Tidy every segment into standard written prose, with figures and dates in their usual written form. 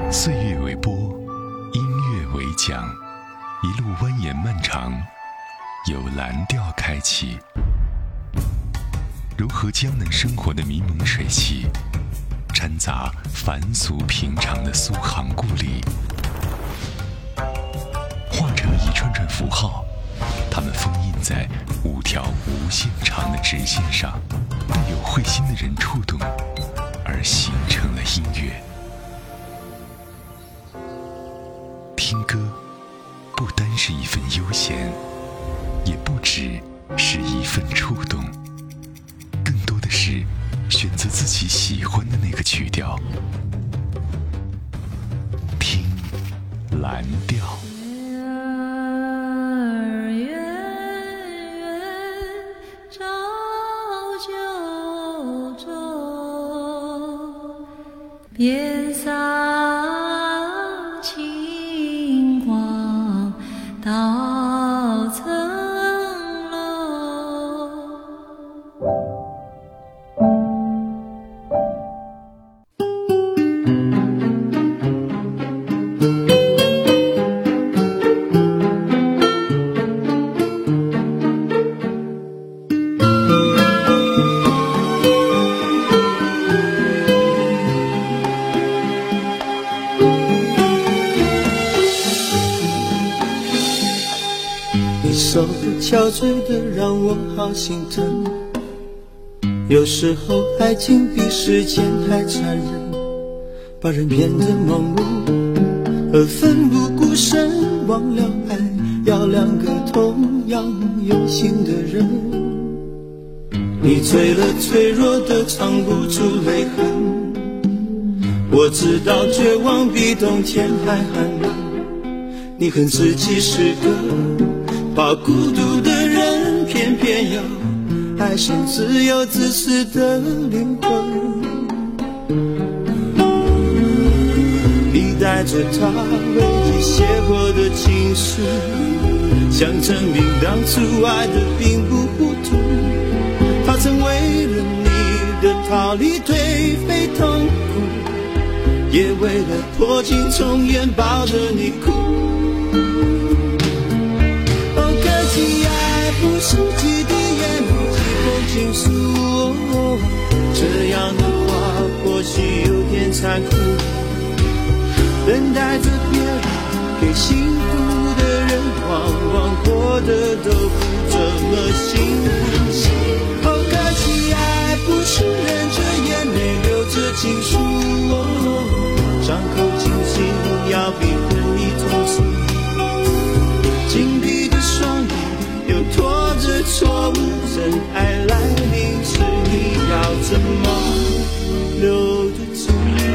岁月为波，音乐为桨，一路蜿蜒漫长，由蓝调开启。柔和江南生活的迷蒙水汽，掺杂凡俗平常的苏杭故里，化成一串串符号，它们封印在5条无限长的直线上，被有慧心的人触动，而形成了音乐。听歌不单是一份悠闲，也不只是一份触动，更多的是选择自己喜欢的那个曲调，听蓝调。 边上青光到层楼。 手憔悴的让我好心疼，有时候爱情比时间还残忍，把人变得盲目而奋不顾身，忘了爱要两个同样有心的人。你醉了脆弱的藏不住泪痕，我知道绝望比冬天还寒冷，你恨自己是个怕孤独的人，偏偏要爱上自由自私的灵魂。你带着他唯一写过的情书，想证明当初爱的并不糊涂。他曾为了你的逃离颓废痛苦，也为了破镜重圆抱着你哭。不是几滴眼泪几封情书，这样的话或许有点残酷。等待着别人给幸福的人，往往过得都不这么幸福。好可惜，爱不是忍着眼泪流着情书，伤口清醒要比恨你痛楚。紧闭的双眼又拖着错误，真爱来临时你要怎么留得住？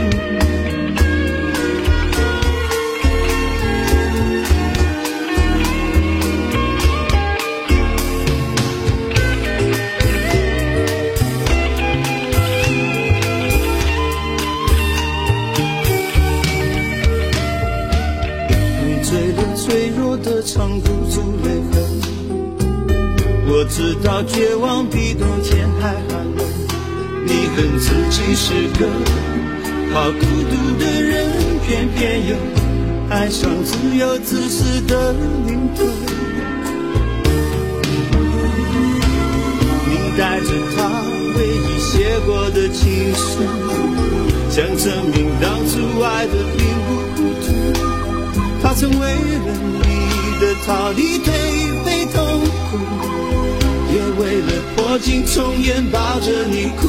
你醉了脆弱的藏不住泪痕，我知道绝望比冬天还寒冷，你恨自己是个怕孤独的人，偏偏又爱上自由自私的灵魂。你带着他唯一写过的情书，想证明当初爱的并不糊涂。他曾为了你的逃离颓废痛苦，也为了破镜重圆抱着你哭。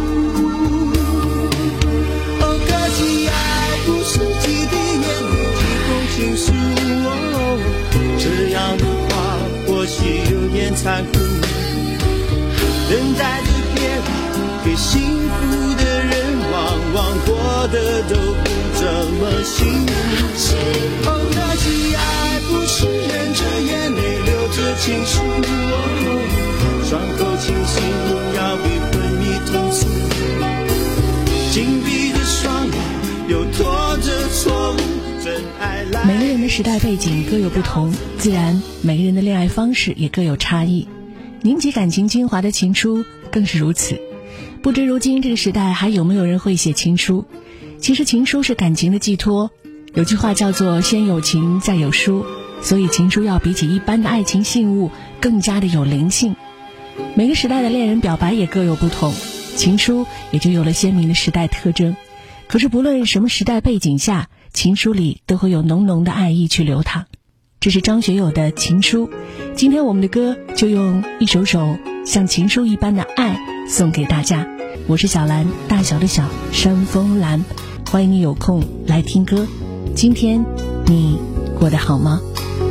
可惜爱不是几滴眼泪几封情书，这样的话或许有点残酷。等待着别人给幸福的人，往往过得都不这么幸福。可惜爱不是忍着眼泪流着情书，伤口清醒要比昏迷痛楚。紧闭着双眼又拖着错误，真爱来。 每个人的时代背景各有不同，自然每个人的恋爱方式也各有差异。凝结感情精华的情书更是如此。不知如今这个时代还有没有人会写情书？ 其实情书是感情的寄托，有句话叫做先有情再有书，所以情书要比起一般的爱情信物更加的有灵性。每个时代的恋人表白也各有不同，情书也就有了鲜明的时代特征。可是不论什么时代背景下，情书里都会有浓浓的爱意去流淌。这是张学友的情书，今天我们的歌就用一首首像情书一般的爱送给大家。我是小兰，大小的小，山峰兰，欢迎你有空来听歌。今天你过得好吗？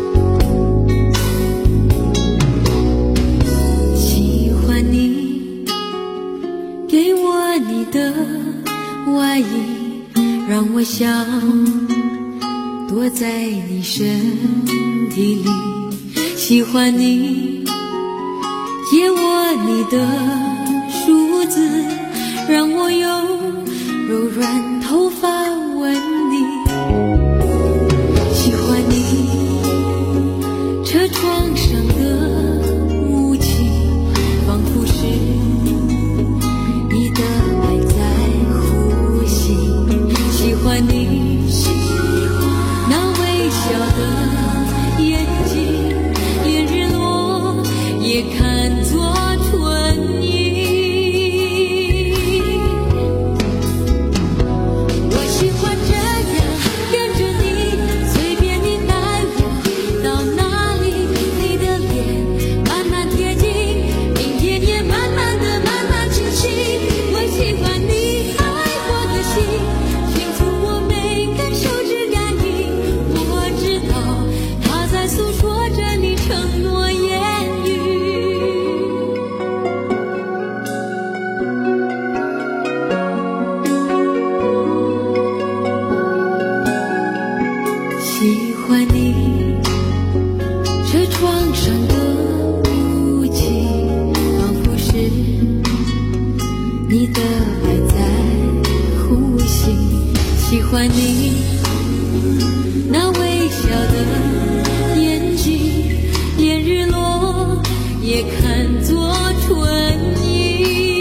喜欢你给我你的外衣，让我想躲在你身体里。喜欢你借我你的梳子，让我用柔软头发吻你。喜欢你车窗上的雾气，仿佛是你的爱在呼吸。喜欢你那微笑的眼睛，连日落也看作春意。我喜欢这样跟着你，随便你带我到哪里，你的脸慢慢贴近，明天也慢慢的慢慢清晰。我喜欢你爱我的心，清楚我每根手指感应，我知道它在诉说着你承诺言语。喜欢你车窗上的雾气，仿佛是你的爱在呼吸。喜欢你那微笑的眼睛，连日落也看作春意。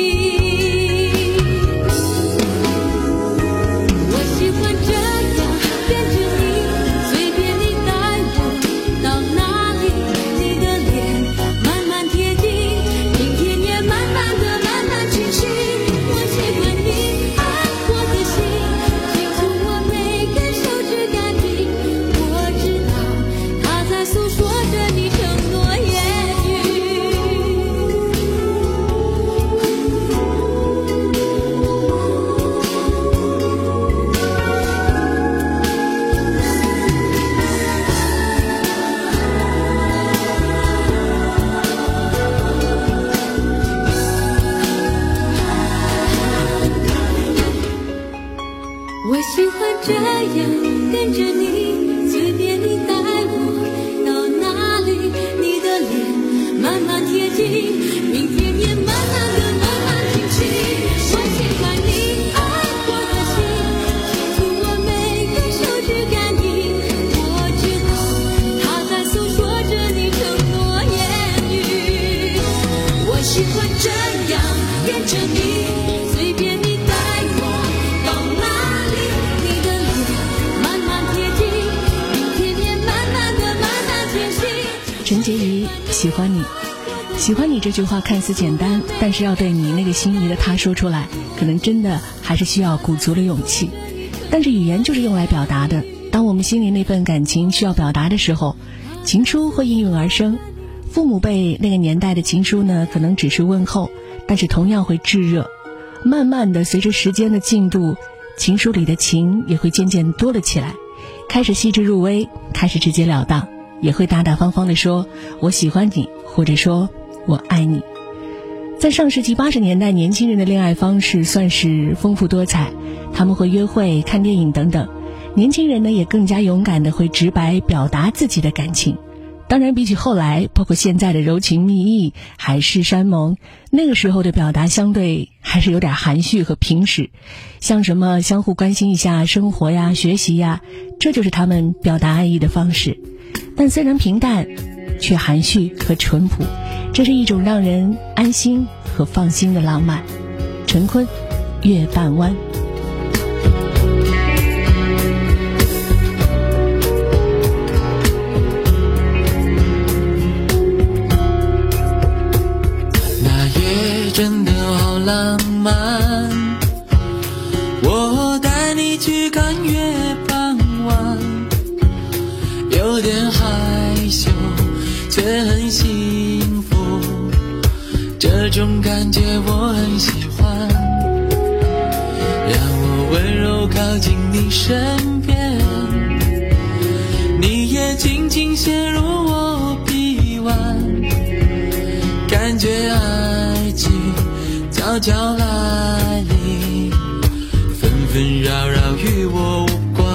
我喜欢这样跟着你，随便你带我到哪里，你的脸慢慢贴近，明天也慢慢的慢慢清晰。我喜欢你爱我的心，清楚我每根手指感应，我知道它在诉说着你承诺言语。我喜欢这样跟着你，随便你带我到哪里，你的脸慢慢贴近，明天也慢慢的慢慢清晰。我喜欢你爱我的心，清楚我每根手指感应，我知道它在诉说着你承诺言语。我喜欢这样跟着你，随便你带我到哪里，你的脸慢慢贴近，明天也慢慢的慢慢清晰。 陈洁仪，喜欢你。喜欢你这句话看似简单，但是要对你那个心仪的他说出来，可能真的还是需要鼓足了勇气。但是语言就是用来表达的，当我们心里那份感情需要表达的时候，情书会应运而生。父母辈那个年代的情书呢，可能只是问候，但是同样会炙热。慢慢的随着时间的进度，情书里的情也会渐渐多了起来，开始细致入微，开始直截了当，也会大大方方地说我喜欢你，或者说我爱你。在上世纪80年代，年轻人的恋爱方式算是丰富多彩，他们会约会、看电影等等。年轻人呢，也更加勇敢地会直白表达自己的感情。当然比起后来，包括现在的柔情蜜意、海誓山盟，那个时候的表达相对还是有点含蓄和平实，像什么相互关心一下生活呀、学习呀，这就是他们表达爱意的方式。但虽然平淡，却含蓄和淳朴，这是一种让人安心和放心的浪漫。陈坤，月半弯。 去看月傍晚，有点害羞却很幸福，这种感觉我很喜欢，让我温柔靠近你身边，你也轻轻陷入我臂弯，感觉爱情悄悄来临，纷纷扰扰与我无关，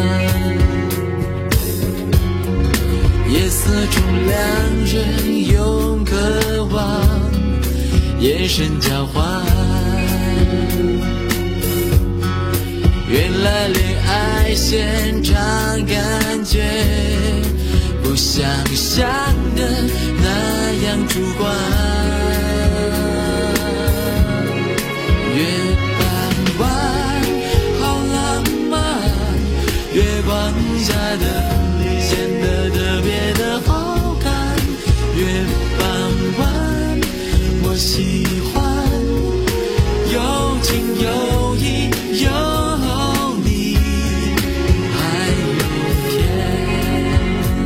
夜色中两人用渴望眼神交换，原来恋爱现场感觉不像想的那样主观，月傍晚好浪漫，月光下的你显得特别的好看，月傍晚我喜欢有情有义有你还有天，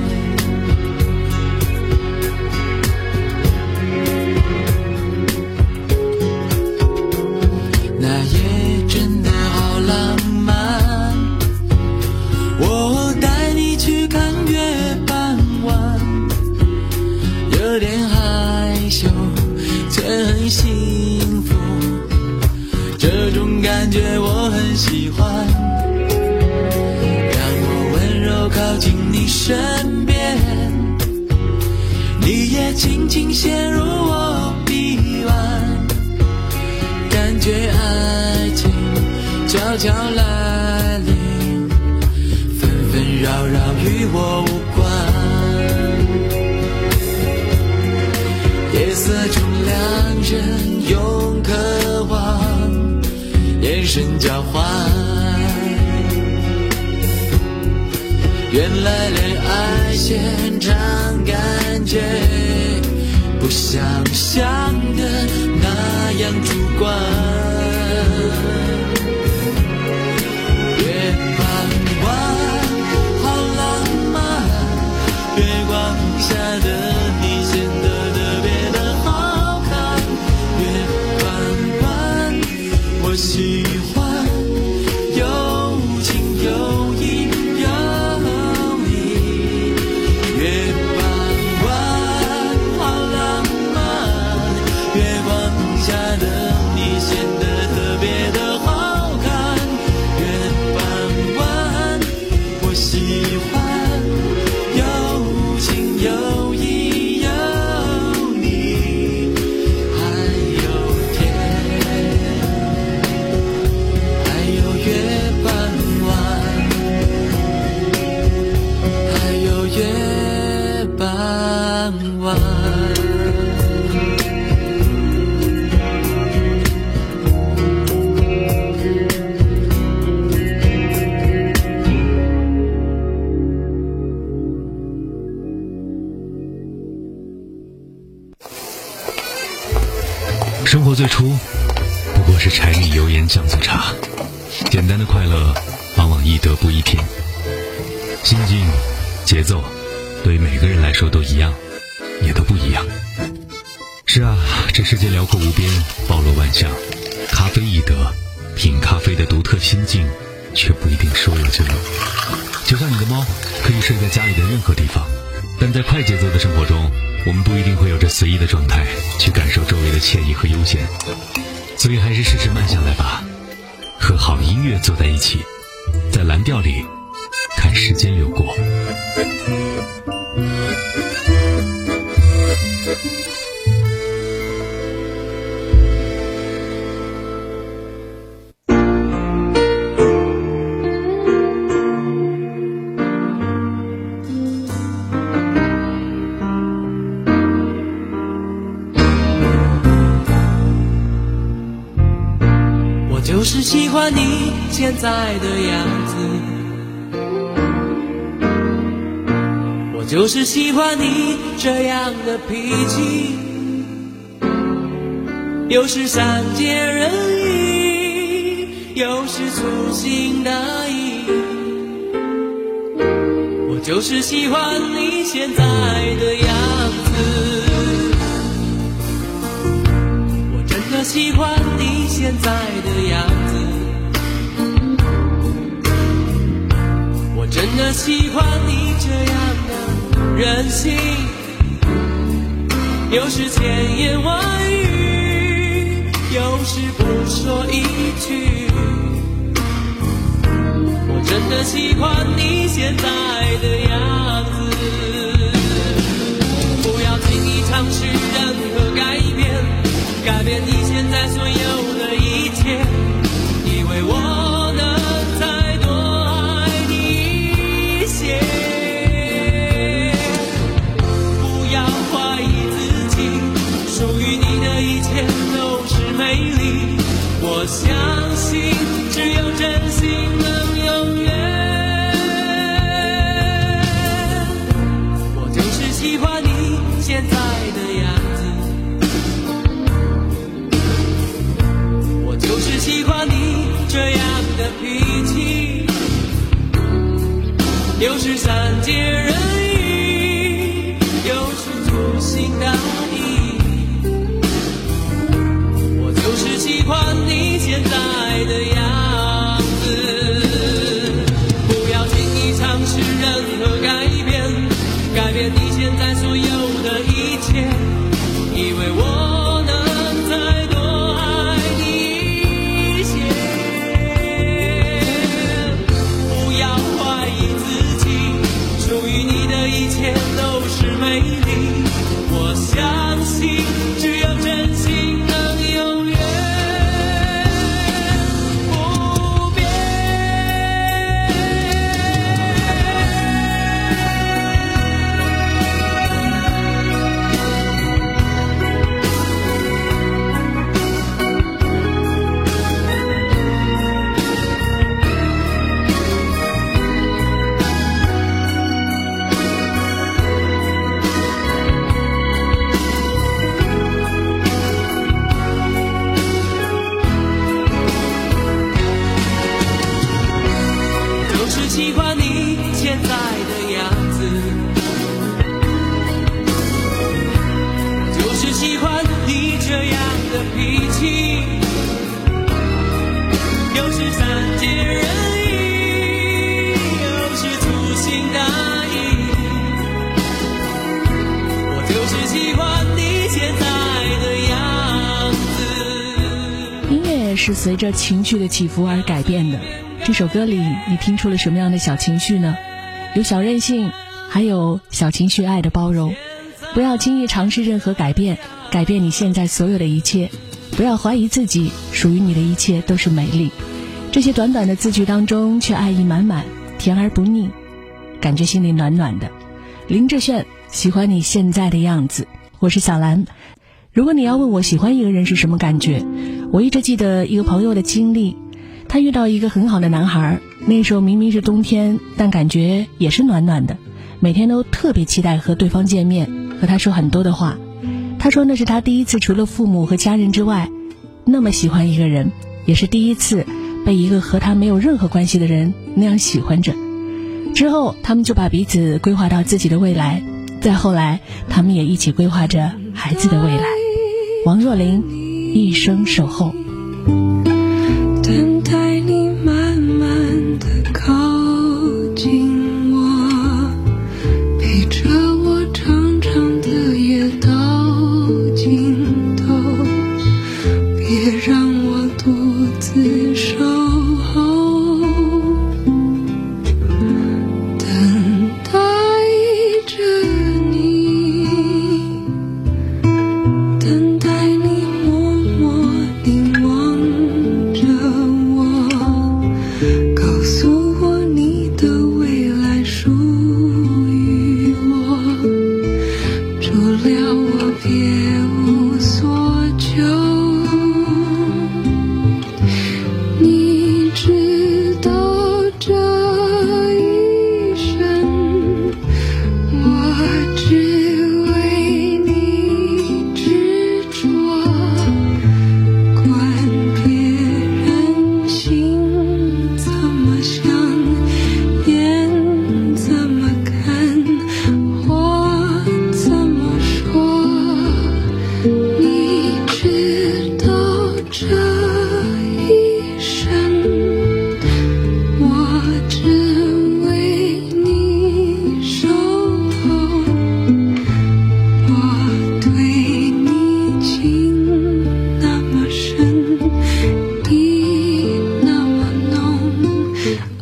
那夜真的好浪漫，我带你去看月傍晚，有点害羞却很幸福，这种感觉我很喜欢，让我温柔靠近你身边，你也轻轻陷入我臂弯，感觉爱情悄悄来临，纷纷扰扰与我无关，夜色中两人用渴望眼神交换，原来恋爱现场感觉不像想的那样主观，月傍晚好浪漫，月光下的你显得特别的好看，月傍晚我喜欢有情有义有你，月傍晚好浪漫，月光下的你显得特别的好看，月傍晚我喜欢有情有义有你还有天，还有月傍晚，还有月傍晚。 生活最初不过是柴米油盐酱醋茶，简单的快乐往往易得不易品，心境节奏对于每个人来说都一样，也都不一样。是啊，这世界辽阔无边，包罗万象，咖啡易得，品咖啡的独特心境却不一定说有就有。就像你的猫可以睡在家里的任何地方，但在快节奏的生活中，我们不一定会有着随意的状态去感受周围的惬意和悠闲，所以还是试试慢下来吧，和好音乐坐在一起，在蓝调里看时间流过。 就是喜欢你现在的样子，我就是喜欢你这样的脾气，有时善解人意， 又是粗心大意。我就是喜欢你现在的样子，我真的喜欢你现在的样子，我真的喜欢你这样的任性，有时千言万语，有时不说一句。我真的喜欢你现在的样子，不要轻易尝试任何改变，改变你现在所有的一切，以为我能再多爱你一些。不要怀疑自己，属于你的一切都是美丽，我相信只有真心能永远。我就是喜欢你现在的样子，我就是喜欢你这样的脾气，有时善解人意，有时粗心大意。我就是喜欢你现在的样子，不要轻易尝试任何改变，改变你现在所有的一切，以为我能再多爱你一些。不要怀疑自己，属于你的一切都是美丽，我相信只有真心能永远不变。就是喜欢你现在的样子，就是喜欢你这样的脾气，有时善解人意，有时粗心大意。我就是喜欢你现在的样子。 音乐是随着情绪的起伏而改变的。这首歌里你听出了什么样的小情绪呢？有小任性，还有小情绪爱的包容。不要轻易尝试任何改变，改变你现在所有的一切。不要怀疑自己，属于你的一切都是美丽。这些短短的字句当中却爱意满满，甜而不腻，感觉心里暖暖的。林志炫，喜欢你现在的样子。我是小兰。如果你要问我喜欢一个人是什么感觉，我一直记得一个朋友的经历。他遇到一个很好的男孩，那时候明明是冬天，但感觉也是暖暖的，每天都特别期待和对方见面，和他说很多的话。他说那是他第一次除了父母和家人之外那么喜欢一个人，也是第一次被一个和他没有任何关系的人那样喜欢着。之后他们就把彼此规划到自己的未来，再后来他们也一起规划着孩子的未来。王若琳，一生守候。 等待你慢慢地靠近我，陪着我长长的夜到尽头，别让我独自守候，等待着你，等待你默默凝望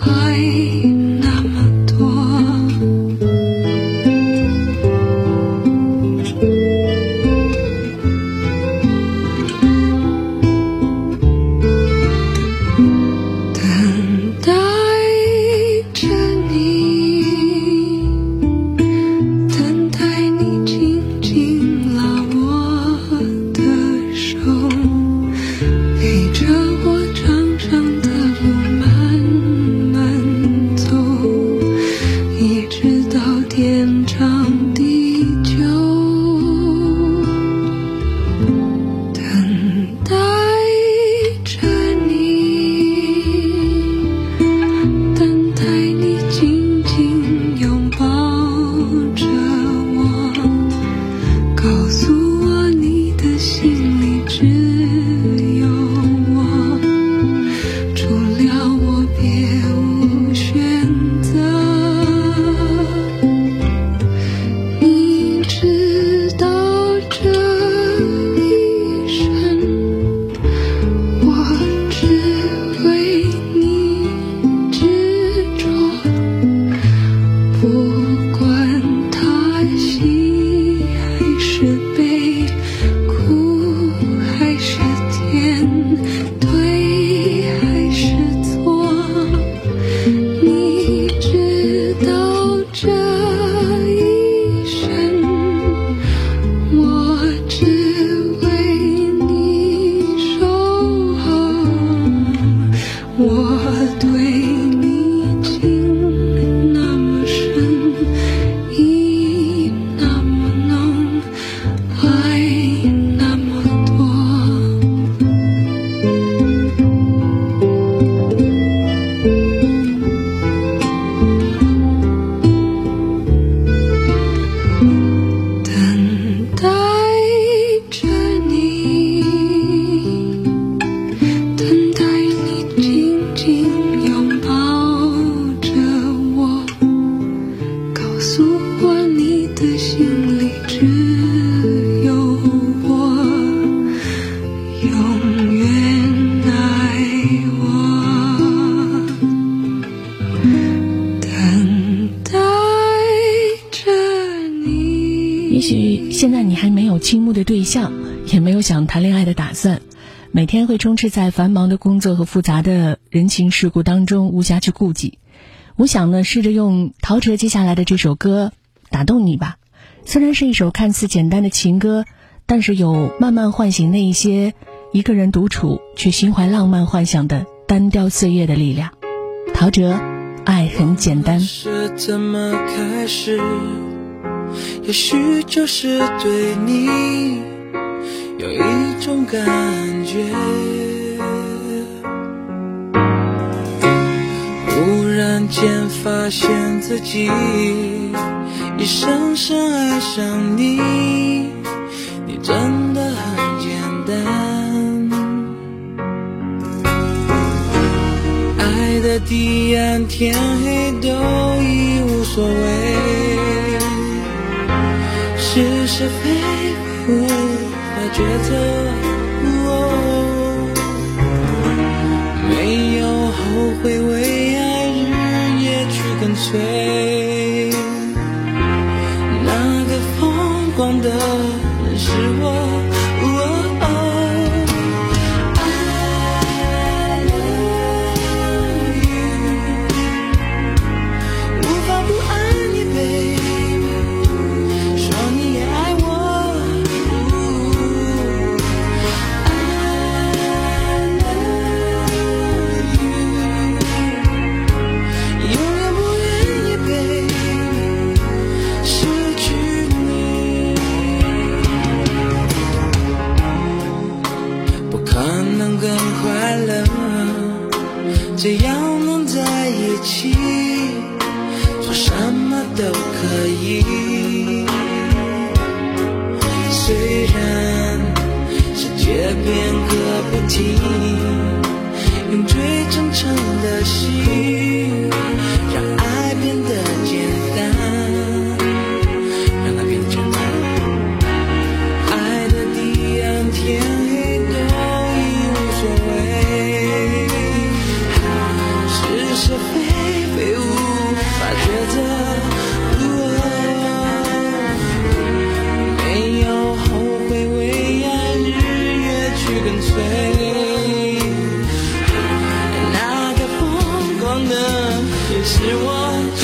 现在你还没有倾慕的对象，也没有想谈恋爱的打算，每天会充斥在繁忙的工作和复杂的人情世故当中，无暇去顾及。我想呢，试着用陶喆接下来的这首歌打动你吧。虽然是一首看似简单的情歌，但是有慢慢唤醒那一些一个人独处却心怀浪漫幻想的单调岁月的力量。陶喆，爱很简单。 是怎么开始？也许就是对你有一种感觉，忽然间发现自己已深深爱上你，你真的很简单，爱的地暗天黑都已无所谓，是是非非无法抉择，没有后悔，为爱日夜去跟随，那个疯狂的人是我。只要能在一起，做什么都可以。虽然世界变个不停，用最真诚的心，让爱变得简单，让它变得简单。爱的地暗天黑都已无所谓，是非是我主。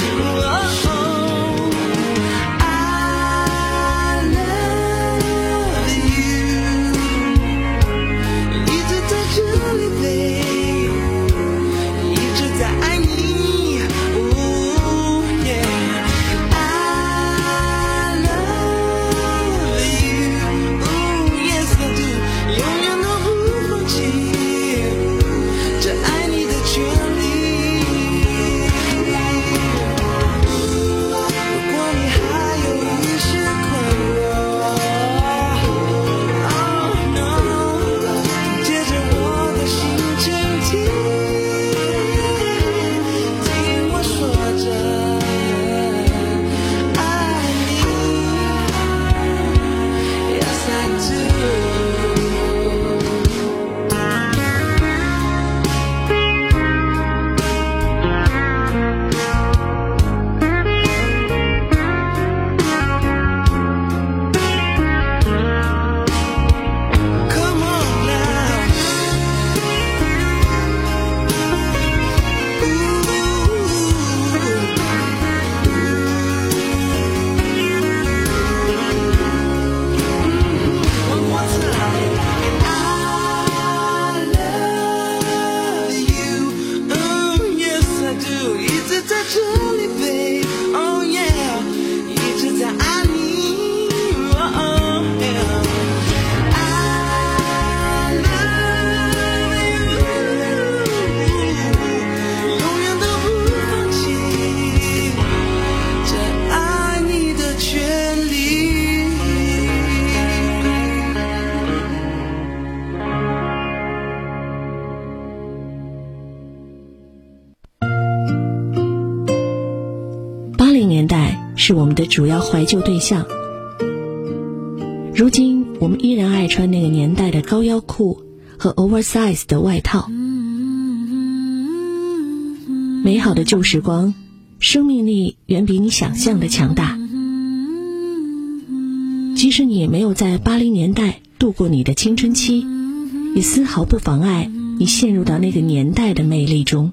是我们的主要怀旧对象。如今我们依然爱穿那个年代的高腰裤和 oversize 的外套。美好的旧时光，生命力远比你想象的强大。即使你也没有在80年代度过你的青春期，也丝毫不妨碍你陷入到那个年代的魅力中。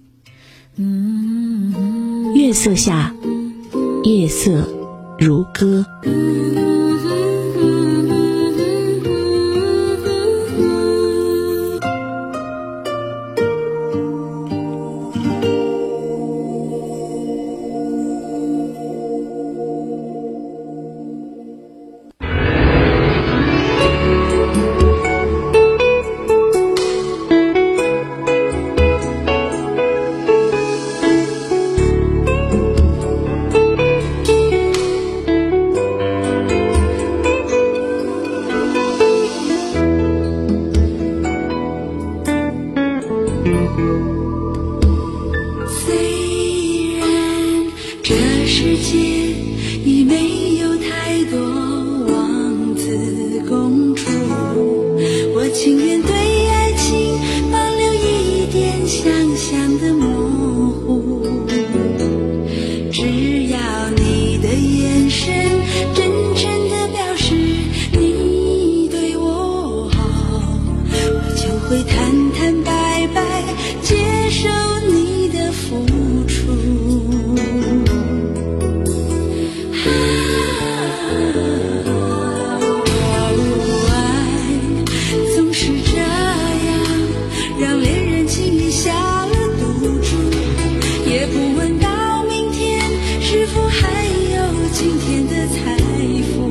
月色下，夜色如歌。 虽然这世界已没有太多王子公主，我情愿对爱情保留一点想象的模糊。只要你的眼神真诚地表示你对我好，我就会坦坦白白接受你的付出。爱总是这样，让恋人轻易下了赌注，也不问到明天是否还有今天的财富。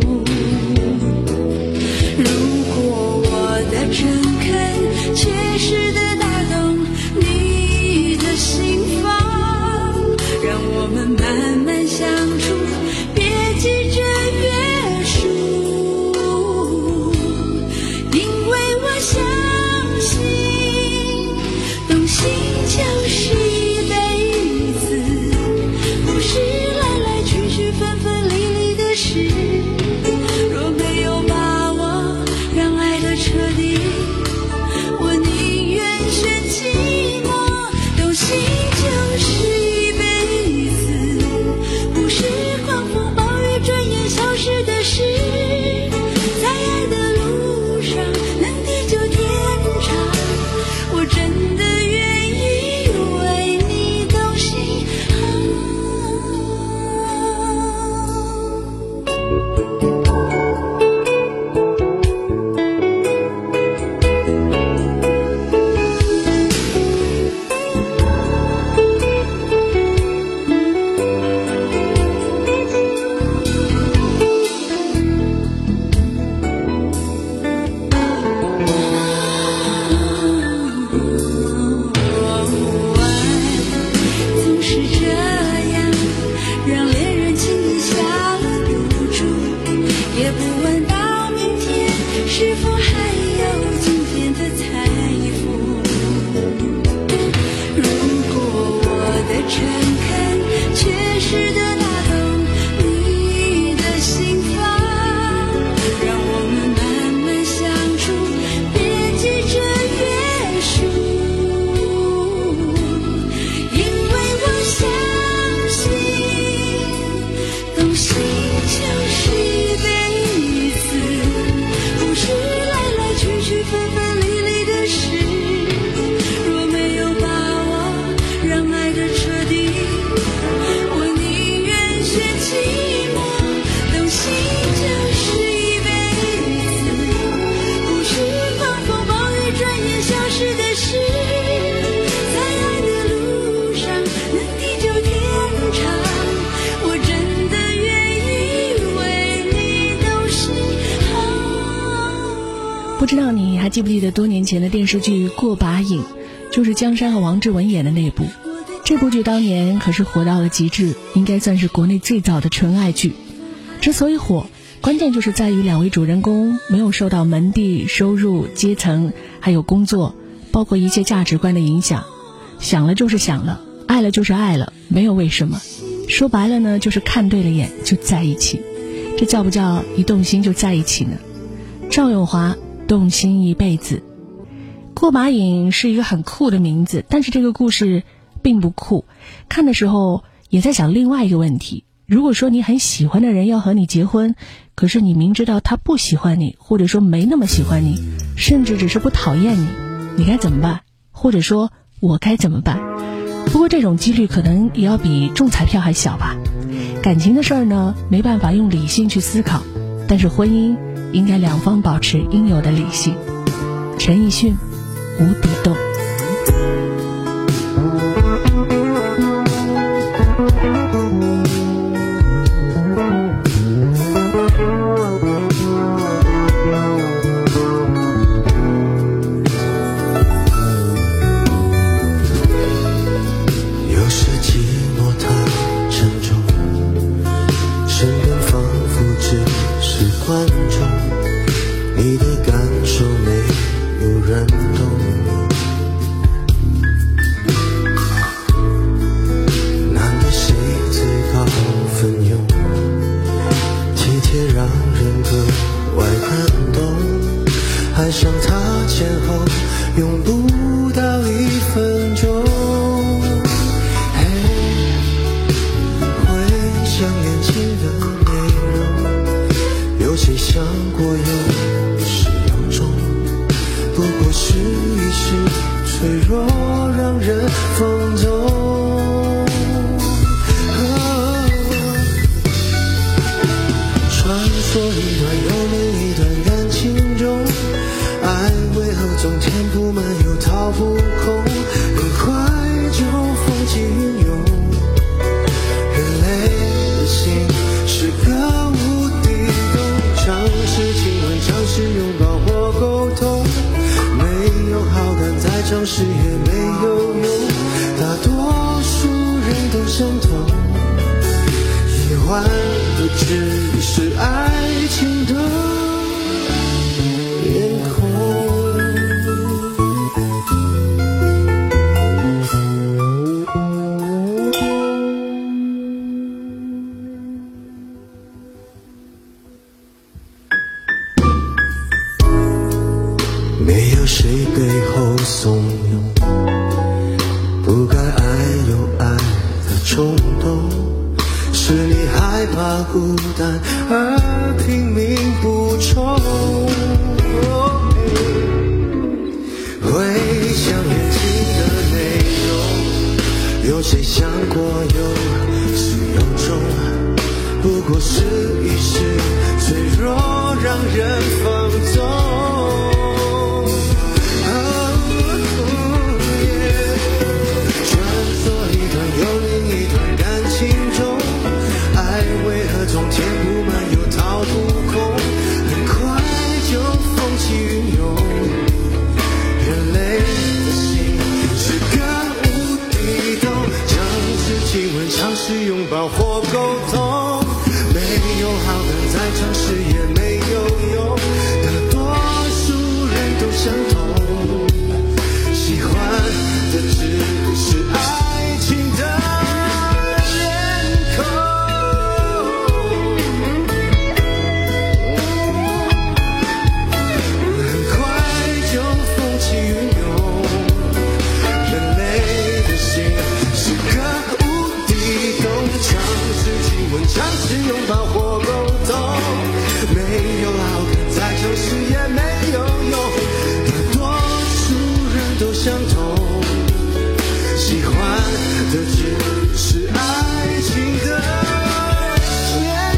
如果我的诚恳确实的打动你的心房，让我们慢慢相处，别急着约束，因为我相信动心就是一辈子，不是来来去去分分离离的事。若没有把握让爱的彻底，我宁愿选寂寞。动心就是一辈子，不是狂是这样，让恋人轻易下了赌注，也不问到明天是否还有今天的财富。如果我的诚恳确实的打动你的心房，让我们慢慢相处，别急着约束，因为我相信动心就是一辈子，不是来来去去分分离离的事。若没有把握让爱的彻底，我宁愿选寂寞。动心就是一辈子，不是狂风暴雨转眼消失的事。在爱的路上能地久天长，我真的愿意为你动心。 不知道你还记不记得多年前的电视剧《过把瘾》，就是江山和王志文演的那部。这部剧当年可是火到了极致，应该算是国内最早的纯爱剧。之所以火，关键就是在于两位主人公没有受到门第、收入、阶层还有工作包括一切价值观的影响，想了就是想了，爱了就是爱了，没有为什么。说白了呢，就是看对了眼就在一起。这叫不叫一动心就在一起呢？赵咏华动心一辈子。过把瘾是一个很酷的名字，但是这个故事并不酷。看的时候也在想另外一个问题，如果说你很喜欢的人要和你结婚，可是你明知道他不喜欢你，或者说没那么喜欢你，甚至只是不讨厌你，你该怎么办？或者说我该怎么办？不过这种几率可能也要比中彩票还小吧。感情的事儿呢，没办法用理性去思考，但是婚姻应该两方保持应有的理性。陈奕迅，无底洞。 有时寂寞太沉重，身边仿佛只是观众，你的感受没有人懂。难得谁最高分用，体贴让人格外感动，爱上他前后用不到1分钟。回想年轻的内容，有谁想过有始有终，不过是一时脆弱让人放纵。传说一段又另一段感情中，爱为何总填不满又掏不空，很快就风起云涌。人类的心是个无底洞，尝试亲吻，尝试拥抱或沟通，没有好感再尝试也没有用，大多数人都相同，喜欢的只是爱情的面孔。没有谁背后怂恿，不该爱有爱的冲动，是你害怕孤单而拼命补充。回想年轻的内容，有谁想过有始有终，不过是一时脆弱让人放纵。为何总填不满又掏不空，很快就风起云涌。人类的心是个无底洞，将自己们尝试拥抱或沟通，没有好的再尝试也没有用，大多数人都相同，喜欢的只是爱情的脸孔。很快就风起云涌，人类的心是个无底洞，尝试亲吻，尝试拥抱或沟通，没有好看再尝试也没有用，大多数人都相同，喜欢的只是爱情的面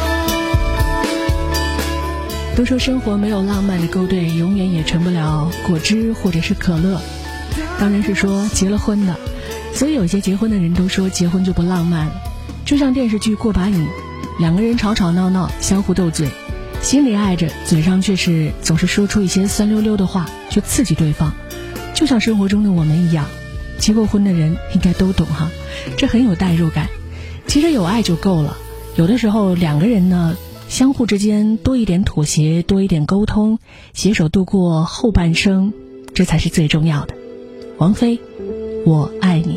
孔。 都说生活没有浪漫的勾兑，永远也成不了果汁或者是可乐。当然是说结了婚的，所以有些结婚的人都说结婚就不浪漫，就像电视剧《过把瘾》，两个人吵吵闹闹，相互斗嘴，心里爱着，嘴上却是总是说出一些酸溜溜的话，去刺激对方。就像生活中的我们一样，结过婚的人应该都懂哈，这很有代入感。其实有爱就够了，有的时候两个人呢，相互之间多一点妥协，多一点沟通，携手度过后半生，这才是最重要的。王菲，我爱你。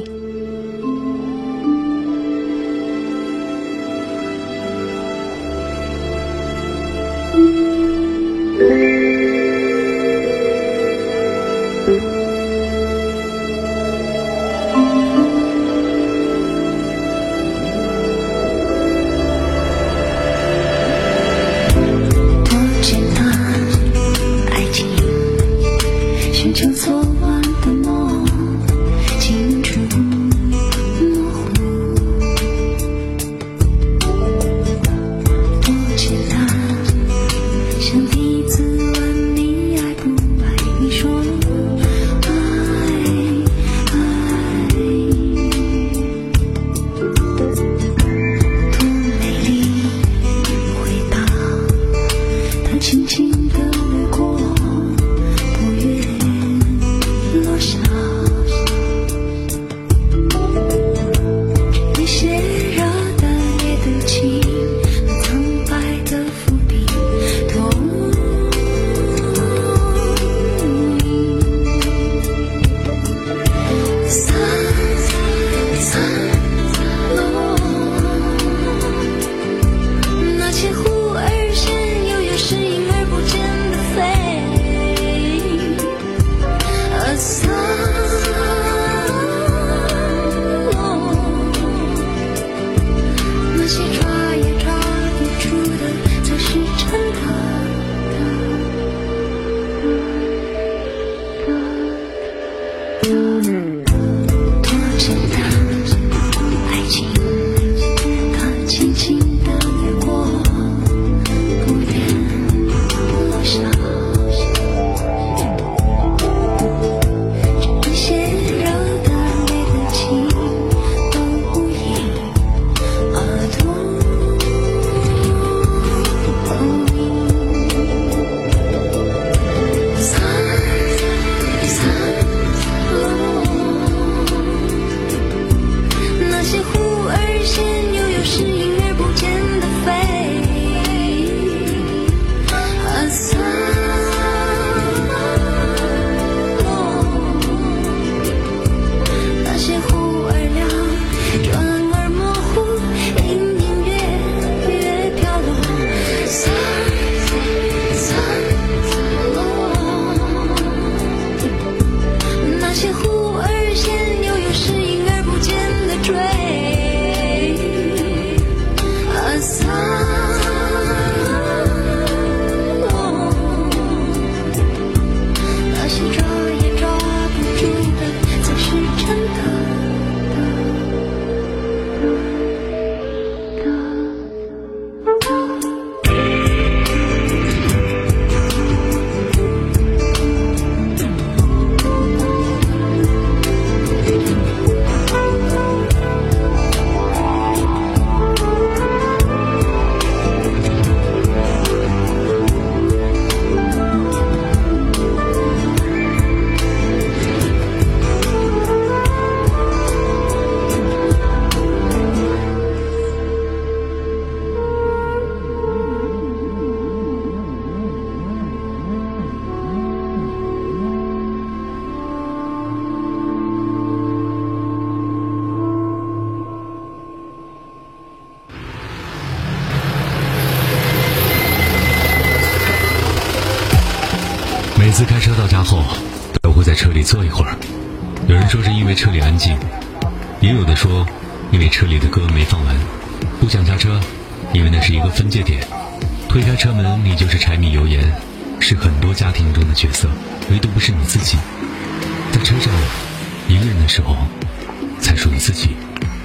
次开车到家后，都会在车里坐一会儿。有人说是因为车里安静，也有的说因为车里的歌没放完，不想下车，因为那是一个分界点。推开车门，你就是柴米油盐，是很多家庭中的角色，唯独不是你自己。在车上一个人的时候，才属于自己。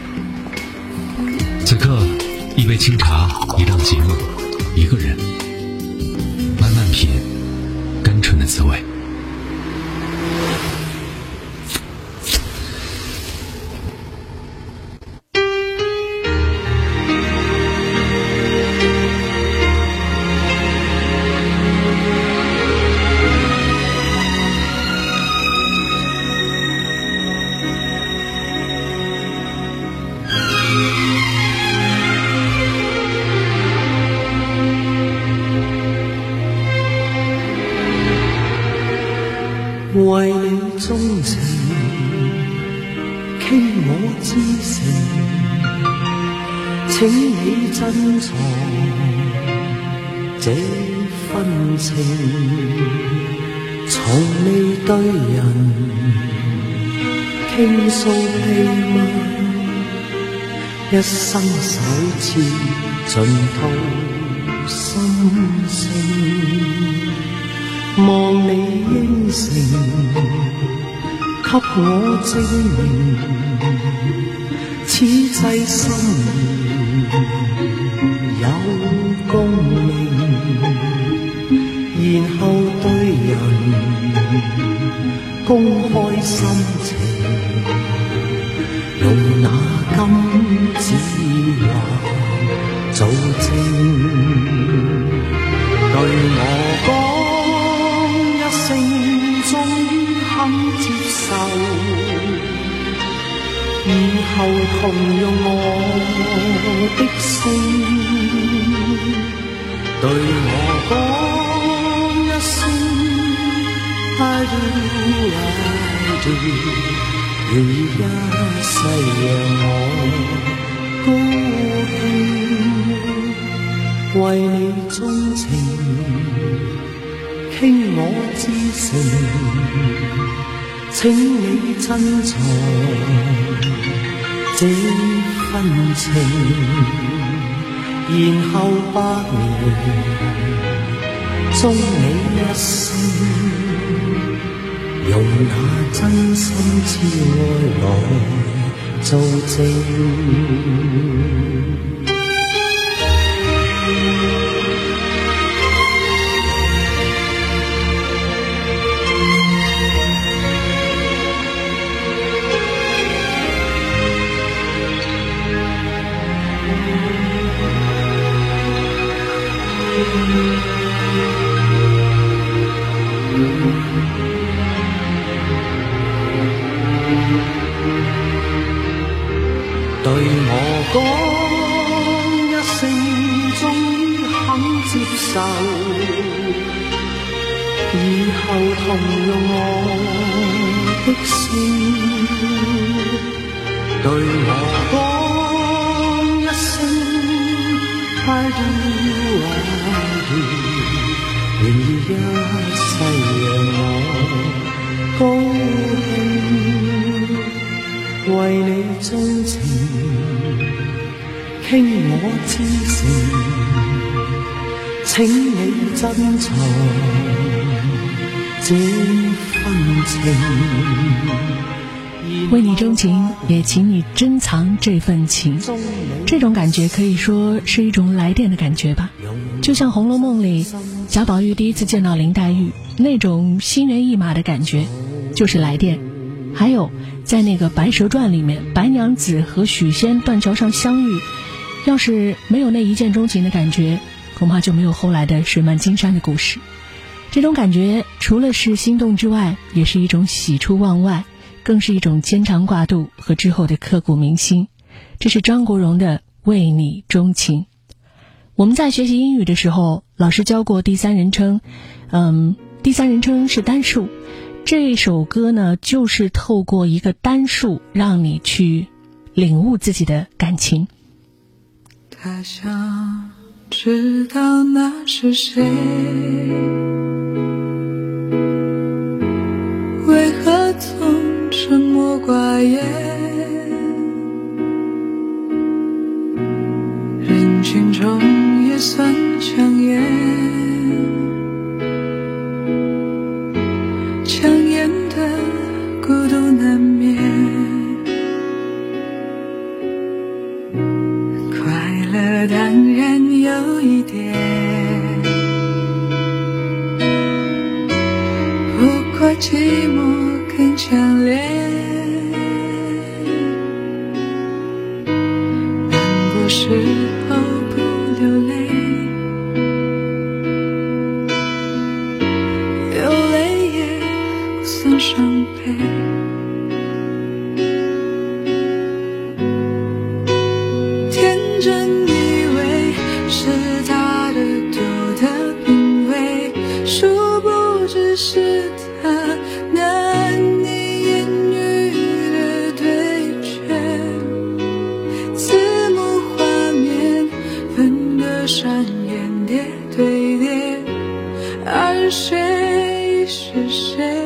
此刻，一杯清茶，一档节目，一个人，慢慢品甘醇的滋味。 为你钟情，倾我至诚，请你珍藏这份情，从未对人倾诉秘密，一生首次尽吐心声。望你应承，给我证明，此际心有共鸣，然后对人公开心情，用那金子画做证，对我讲。终於肯接受，以後同用我的聲對我講一聲 I do I do， 願意一世讓我高興，為你鍾情。傾我至誠，請你珍藏這份情，然後百年終你一生，用那真心之愛來做證。對我講一聲，終於肯接受，以後同用我的聲，對我講一聲 I do I do， 願意一世讓我高興，為你鍾情，傾我至誠，請你珍藏這份情。 为你钟情，也请你珍藏这份情。这种感觉可以说是一种来电的感觉吧，就像《红楼梦》里贾宝玉第一次见到林黛玉那种心猿意马的感觉，就是来电。还有在那个《白蛇传》里面，白娘子和许仙断桥上相遇，要是没有那一见钟情的感觉，恐怕就没有后来的水漫金山的故事。这种感觉除了是心动之外，也是一种喜出望外，更是一种牵肠挂肚和之后的刻骨铭心。这是张国荣的为你钟情。我们在学习英语的时候，老师教过第三人称，第三人称是单数。这首歌呢，就是透过一个单数让你去领悟自己的感情。 他想知道那是谁， 眨眼，人群中也算抢眼，抢眼的孤独难免，快乐当然有一点，不过寂寞更强烈，难过时候不流泪，流泪也不算伤悲，天真以为是他的独特品味，殊不知是他难以言喻的对决，字幕画面分割闪眼叠对叠，而谁是谁？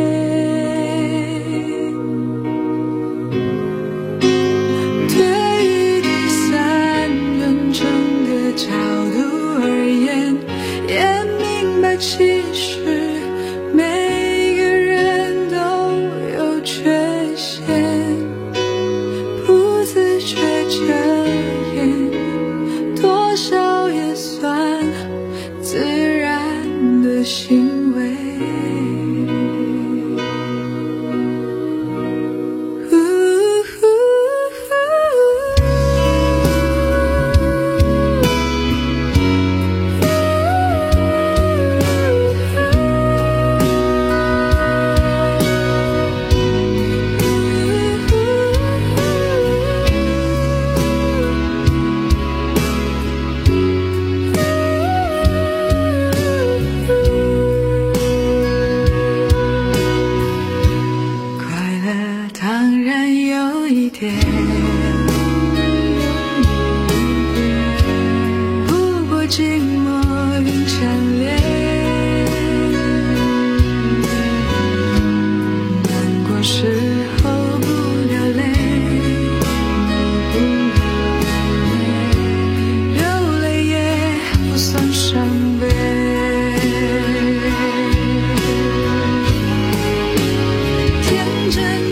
对于第三人称的角度而言，也明白其实每个人都有缺陷，不自觉遮掩，多少也算自然的行为。当然有一点，不过寂寞更强烈，难过时候不流泪，流泪也不算伤悲，天真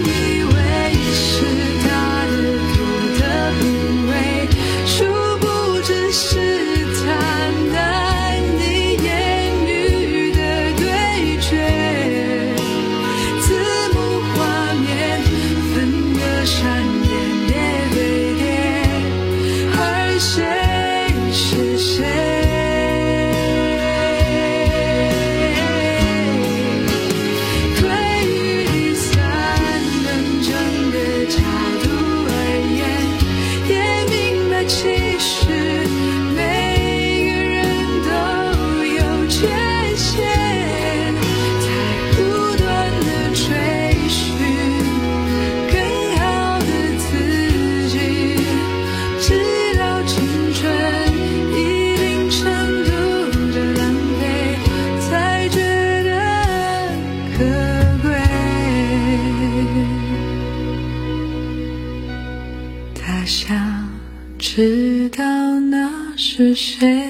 想知道那是谁。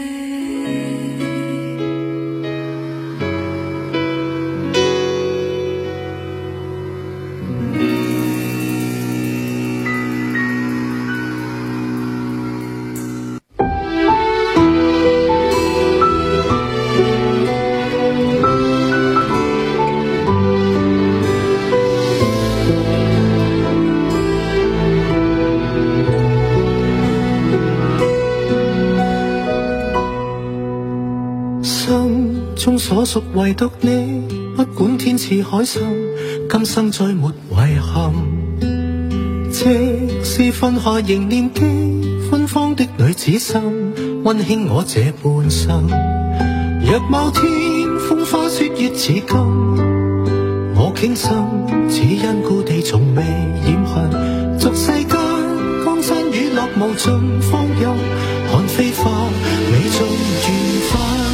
中所屬唯獨你，不管天似海深，今生再沒遺憾。即使分下仍念記，芬芳的女子心，溫馨我這半生。若某天風花雪月似金，我傾心只因故地從未染痕。俗世間江山雨落無盡芳蔭，看飛花美中緣分。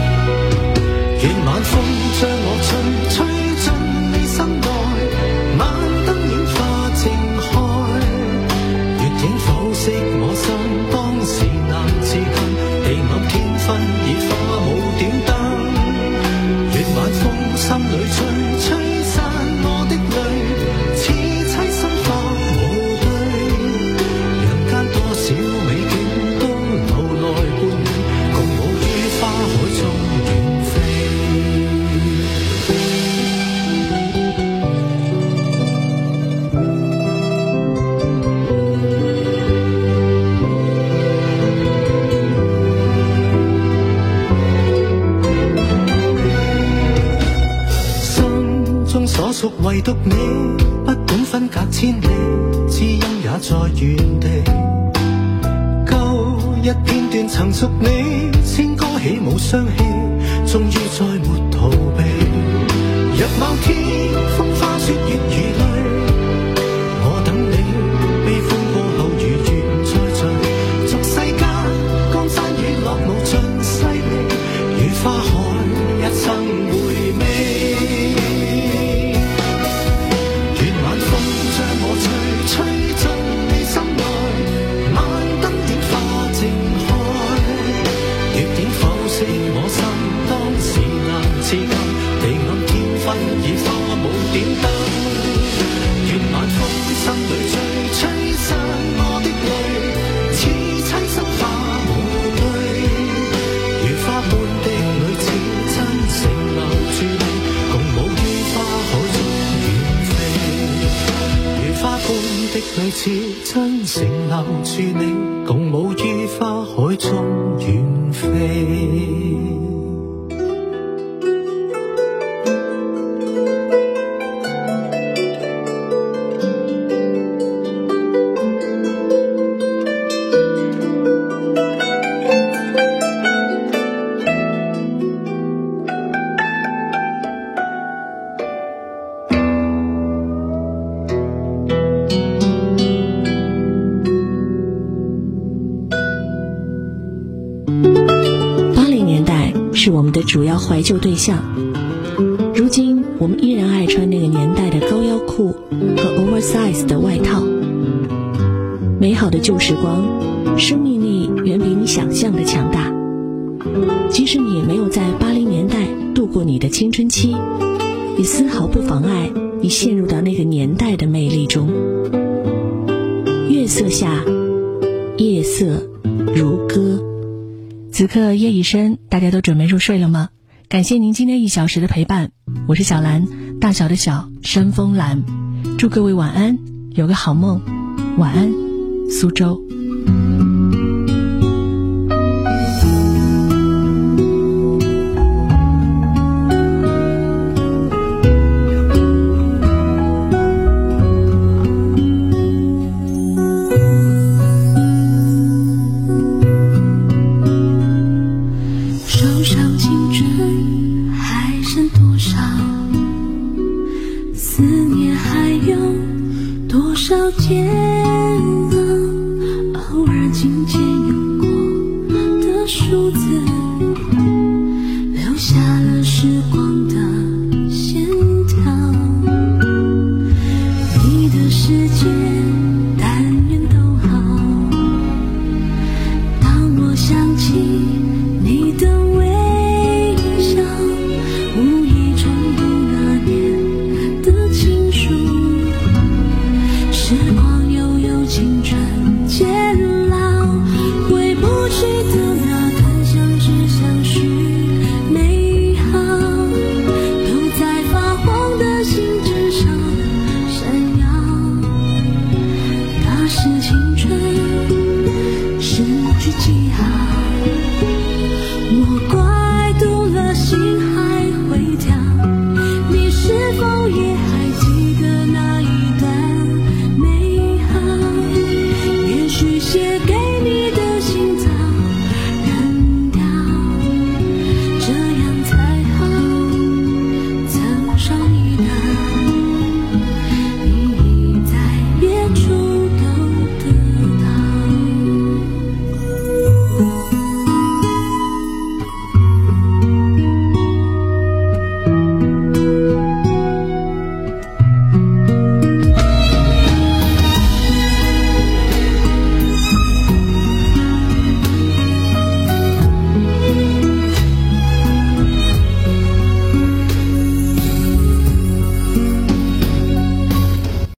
願晚風將我春吹進你心內。 唯獨你不管分隔千里，知音也在原地。舊日片段曾屬你，千歌起舞雙喜，終於再沒逃避。若某天風花雪月如淚，我等你悲歡過後如願再聚。俗世間江山與樂無盡犀利，如花海一生回味。願晚風將我吹進你心內，晚燈點花正開，月點剖析我心，當時難自禁，地暗天昏已化無點燈。願晚風心裏吹散我的淚，似棲心花無淚，如花般的女子真誠留住你，共舞於花海中遠飛。如花般的女子真誠留住你，共舞於花海中遠飛。 是我们的主要怀旧对象。如今我们依然爱穿那个年代的高腰裤和 oversize 的外套。美好的旧时光，生命力远比你想象的强大。即使你没有在80年代度过你的青春期，也丝毫不妨碍你陷入到那个年代的魅力中。月色下，夜色如歌。此刻夜已深，大家都准备入睡了吗？感谢您今天1小时的陪伴，我是小兰，大小的小，山峰兰。祝各位晚安，有个好梦。晚安，苏州。 偶尔琴键用过的数字，留下了时光的线条。你的世界但愿都好，当我想起你的微笑，无意重读那年的情书。时光悠悠，青春渐老，回不去的那段相知相许美好，都在发黄的信纸上闪耀。那是青春，失去记号。